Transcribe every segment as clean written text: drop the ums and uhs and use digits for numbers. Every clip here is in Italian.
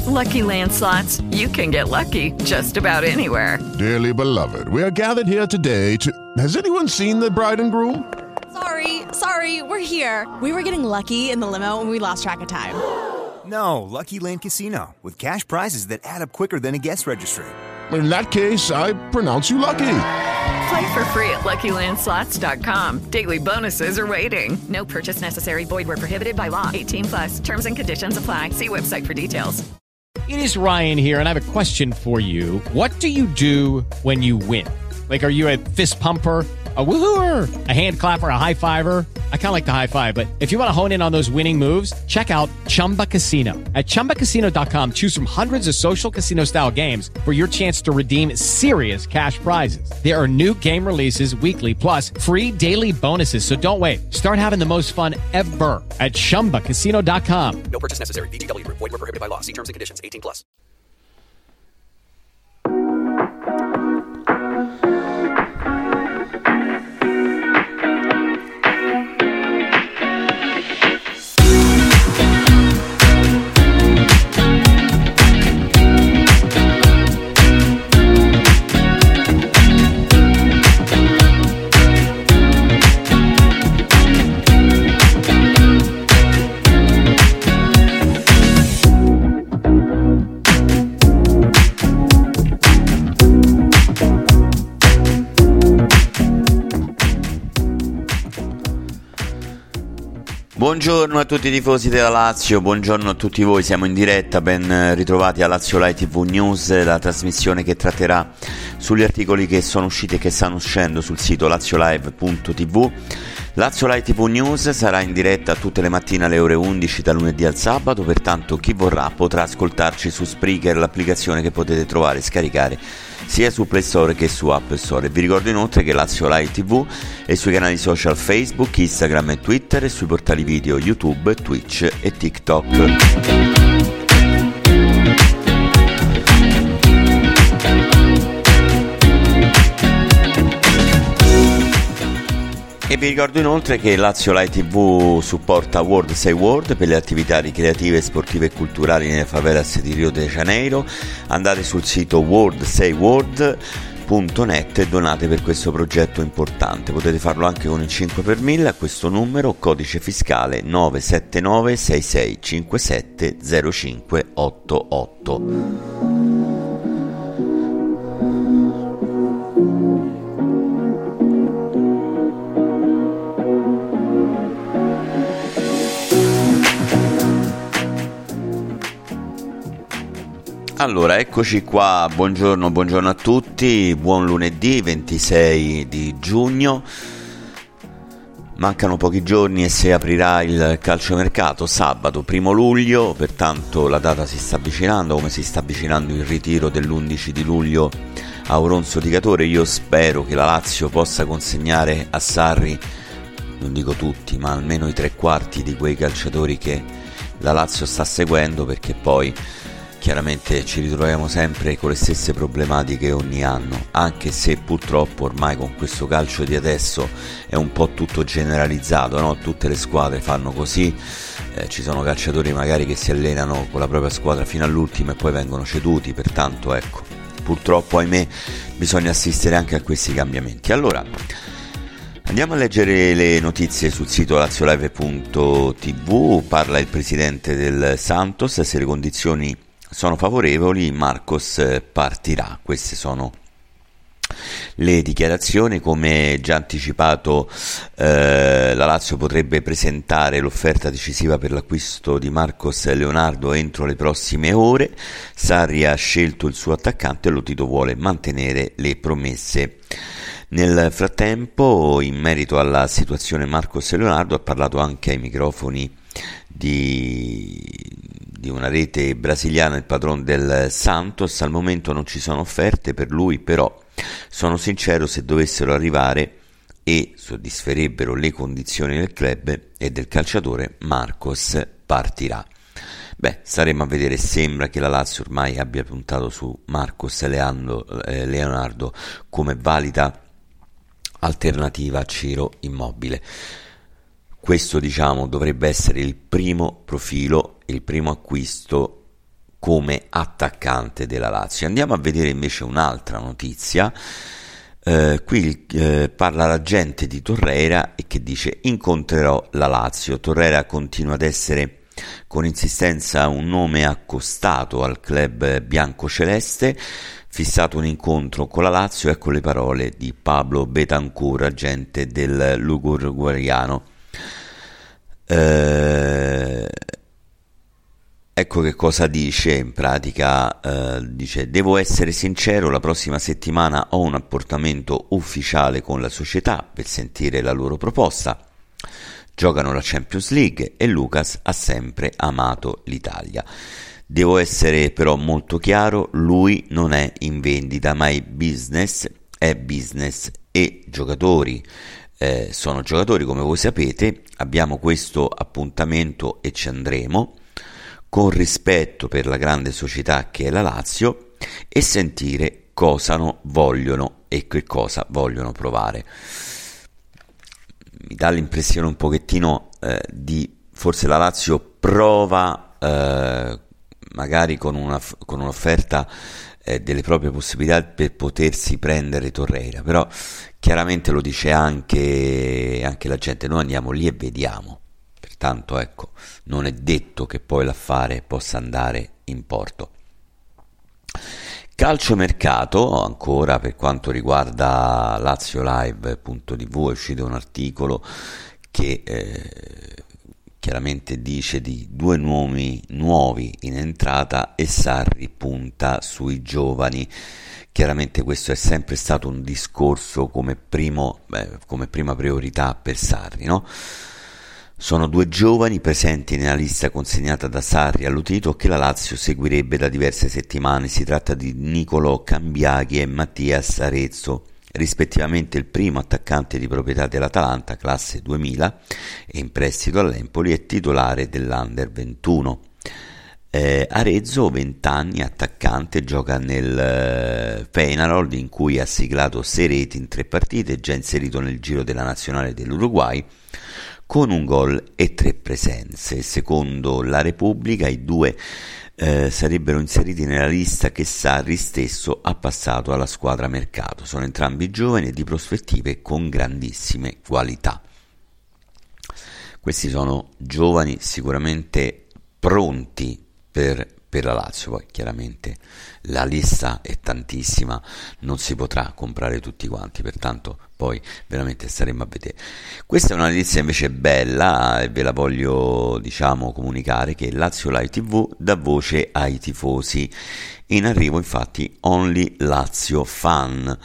Lucky Land Slots, you can get lucky just about anywhere. Dearly beloved, we are gathered here today to... Has anyone seen the bride and groom? Sorry, we're here. We were getting lucky in the limo and we lost track of time. No, Lucky Land Casino, with cash prizes that add up quicker than a guest registry. In that case, I pronounce you lucky. Play for free at LuckyLandSlots.com. Daily bonuses are waiting. No purchase necessary. Void where prohibited by law. 18+. Terms and conditions apply. See website for details. It is Ryan here, and I have a question for you. What do you do when you win? Like, are you a fist pumper, a woohooer, a hand clapper, a high fiver? I kind of like the high five, but if you want to hone in on those winning moves, check out Chumba Casino. At ChumbaCasino.com, choose from hundreds of social casino-style games for your chance to redeem serious cash prizes. There are new game releases weekly, plus free daily bonuses, so don't wait. Start having the most fun ever at ChumbaCasino.com. No purchase necessary. VGW Group. Void where prohibited by law. See terms and conditions. 18+. Buongiorno a tutti i tifosi della Lazio, buongiorno a tutti voi, siamo in diretta, ben ritrovati a Lazio Live TV News, la trasmissione che tratterà sugli articoli che sono usciti e che stanno uscendo sul sito laziolive.tv. Lazio Live TV News sarà in diretta tutte le mattine alle ore 11 da lunedì al sabato, pertanto chi vorrà potrà ascoltarci su Spreaker, l'applicazione che potete trovare e scaricare sia su Play Store che su App Store. Vi ricordo inoltre che Lazio Live TV è sui canali social Facebook, Instagram e Twitter e sui portali video YouTube, Twitch e TikTok. E vi ricordo inoltre che Lazio Live TV supporta World Say World per le attività ricreative, sportive e culturali nelle favelas di Rio de Janeiro. Andate sul sito worldsayworld.net e donate per questo progetto importante. Potete farlo anche con il 5 per 1000 a questo numero, codice fiscale 979 6657 0588. Allora, eccoci qua, buongiorno a tutti, buon lunedì 26 di giugno, mancano pochi giorni e si aprirà il calciomercato sabato 1 luglio, pertanto la data si sta avvicinando, come si sta avvicinando il ritiro dell'11 di luglio a Oronzo di Catore. Io spero che la Lazio possa consegnare a Sarri, non dico tutti, ma almeno i 3/4 di quei calciatori che la Lazio sta seguendo, perché poi chiaramente ci ritroviamo sempre con le stesse problematiche ogni anno, anche se purtroppo ormai con questo calcio di adesso è un po' tutto generalizzato, no? Tutte le squadre fanno così, ci sono calciatori magari che si allenano con la propria squadra fino all'ultimo e poi vengono ceduti, pertanto ecco, purtroppo ahimè bisogna assistere anche a questi cambiamenti. Allora, andiamo a leggere le notizie sul sito laziolive.tv. Parla il presidente del Santos: se le condizioni sono favorevoli, Marcos partirà. Queste sono le dichiarazioni. Come già anticipato, la Lazio potrebbe presentare l'offerta decisiva per l'acquisto di Marcos Leonardo entro le prossime ore. Sarri ha scelto il suo attaccante e lo Tito vuole mantenere le promesse. Nel frattempo, in merito alla situazione Marcos Leonardo, ha parlato anche ai microfoni di una rete brasiliana il padrone del Santos. Al momento non ci sono offerte per lui, però sono sincero, se dovessero arrivare e soddisferebbero le condizioni del club e del calciatore, Marcos partirà. Beh, staremo a vedere. Sembra che la Lazio ormai abbia puntato su Marcos Leonardo come valida alternativa a Ciro Immobile. Questo, diciamo, dovrebbe essere il primo profilo, il primo acquisto come attaccante della Lazio. Andiamo a vedere invece un'altra notizia. Qui parla l'agente di Torreira e che dice: incontrerò la Lazio. Torreira continua ad essere con insistenza un nome accostato al club biancoceleste, fissato un incontro con la Lazio. Ecco le parole di Pablo Betancur, agente del Luguriano. Ecco che cosa dice in pratica. Dice: devo essere sincero, la prossima settimana ho un appuntamento ufficiale con la società per sentire la loro proposta. Giocano la Champions League e Lucas ha sempre amato l'Italia. Devo essere però molto chiaro, lui non è in vendita, ma è business e giocatori sono giocatori, come voi sapete. Abbiamo questo appuntamento e ci andremo, con rispetto per la grande società che è la Lazio, e sentire cosa vogliono e che cosa vogliono provare. Mi dà l'impressione un pochettino di forse la Lazio prova magari con un'offerta delle proprie possibilità per potersi prendere Torreira, però chiaramente lo dice anche la gente: noi andiamo lì e vediamo. Pertanto ecco, non è detto che poi l'affare possa andare in porto. Calciomercato, ancora per quanto riguarda LazioLive.tv, è uscito un articolo che chiaramente dice di 2 nomi nuovi in entrata e Sarri punta sui giovani. Chiaramente questo è sempre stato un discorso come prima priorità per Sarri, no? Sono 2 giovani presenti nella lista consegnata da Sarri all'Utito che la Lazio seguirebbe da diverse settimane. Si tratta di Nicolò Cambiaghi e Mattias Arezzo, rispettivamente il primo attaccante di proprietà dell'Atalanta, classe 2000 e in prestito all'Empoli, e titolare dell'Under 21. Arezzo, 20 anni, attaccante, gioca nel Peñarol, in cui ha siglato 6 reti in 3 partite, già inserito nel giro della nazionale dell'Uruguay con 1 gol e 3 presenze. Secondo la Repubblica i 2 sarebbero inseriti nella lista che Sarri stesso ha passato alla squadra mercato. Sono entrambi giovani e di prospettive con grandissime qualità. Questi sono giovani sicuramente pronti per la Lazio. Poi chiaramente la lista è tantissima, non si potrà comprare tutti quanti, pertanto poi veramente staremo a vedere. Questa è una notizia invece bella e ve la voglio comunicare, che Lazio Live TV dà voce ai tifosi. In arrivo infatti Only Lazio Fan.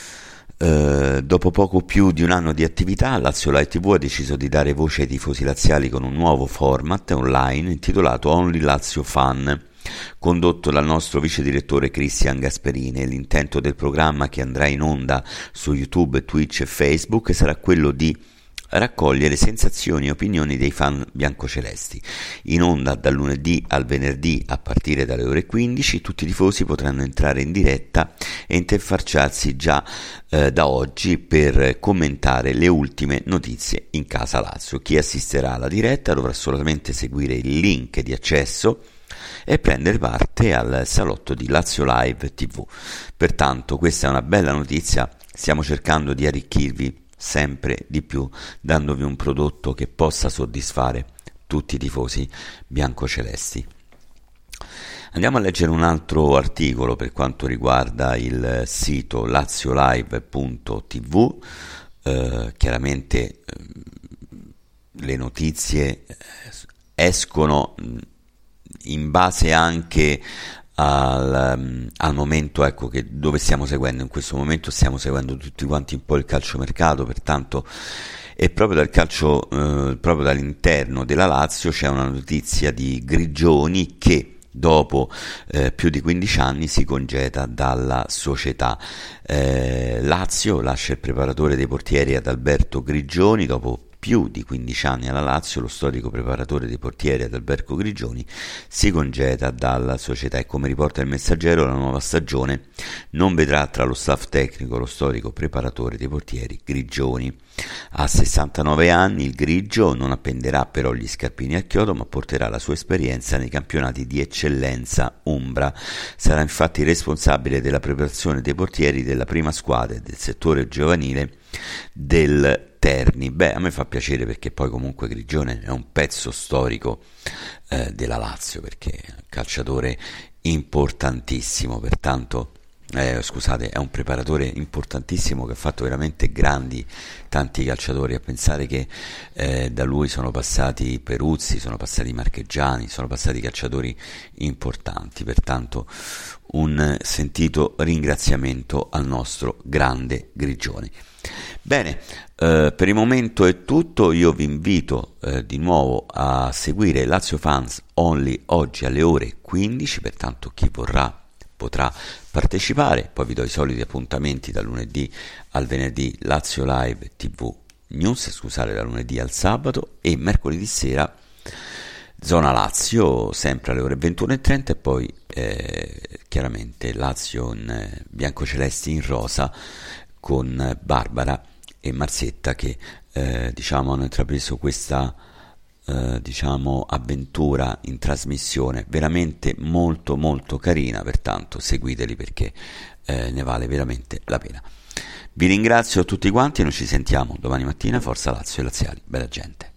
Dopo poco più di un anno di attività, Lazio Live TV ha deciso di dare voce ai tifosi laziali con un nuovo format online intitolato Only Lazio Fan, condotto dal nostro vice direttore Cristian Gasperini. L'intento del programma, che andrà in onda su YouTube, Twitch e Facebook, sarà quello di raccogliere sensazioni e opinioni dei fan biancocelesti. In onda dal lunedì al venerdì a partire dalle ore 15, tutti i tifosi potranno entrare in diretta e interfacciarsi già da oggi per commentare le ultime notizie in casa Lazio. Chi assisterà alla diretta dovrà solamente seguire il link di accesso e prendere parte al salotto di Lazio Live TV. Pertanto questa è una bella notizia, stiamo cercando di arricchirvi sempre di più, dandovi un prodotto che possa soddisfare tutti i tifosi biancocelesti. Andiamo a leggere un altro articolo per quanto riguarda il sito LazioLive.tv. Chiaramente le notizie escono in base anche al momento, ecco, che dove stiamo seguendo. In questo momento stiamo seguendo tutti quanti un po' il calciomercato, pertanto e proprio dal calcio, proprio dall'interno della Lazio c'è una notizia di Grigioni che dopo più di 15 anni si congeda dalla società. Lazio lascia il preparatore dei portieri Adalberto Grigioni dopo più di 15 anni alla Lazio, lo storico preparatore dei portieri Adalberto Grigioni si congeda dalla società e, come riporta il Messaggero, la nuova stagione non vedrà tra lo staff tecnico lo storico preparatore dei portieri Grigioni. A 69 anni il Grigio non appenderà però gli scarpini a chiodo, ma porterà la sua esperienza nei campionati di eccellenza umbra. Sarà infatti responsabile della preparazione dei portieri della prima squadra e del settore giovanile del Terni. A me fa piacere, perché poi comunque Grigione è un pezzo storico della Lazio, perché è un calciatore importantissimo, pertanto è un preparatore importantissimo che ha fatto veramente tanti calciatori. A pensare che da lui sono passati Peruzzi, sono passati Marchegiani, sono passati calciatori importanti, pertanto un sentito ringraziamento al nostro grande Grigioni. Bene, per il momento è tutto. Io vi invito di nuovo a seguire Lazio Fans Only oggi alle ore 15, pertanto chi vorrà potrà partecipare. Poi vi do i soliti appuntamenti dal lunedì al venerdì, Lazio Live TV News, da lunedì al sabato, e mercoledì sera Zona Lazio, sempre alle ore 21:30, e poi chiaramente Lazio in biancocelesti in rosa con Barbara e Marzetta che hanno intrapreso questa avventura in trasmissione veramente molto molto carina, pertanto seguiteli perché ne vale veramente la pena. Vi ringrazio tutti quanti e noi ci sentiamo domani mattina. Forza Lazio e laziali, bella gente.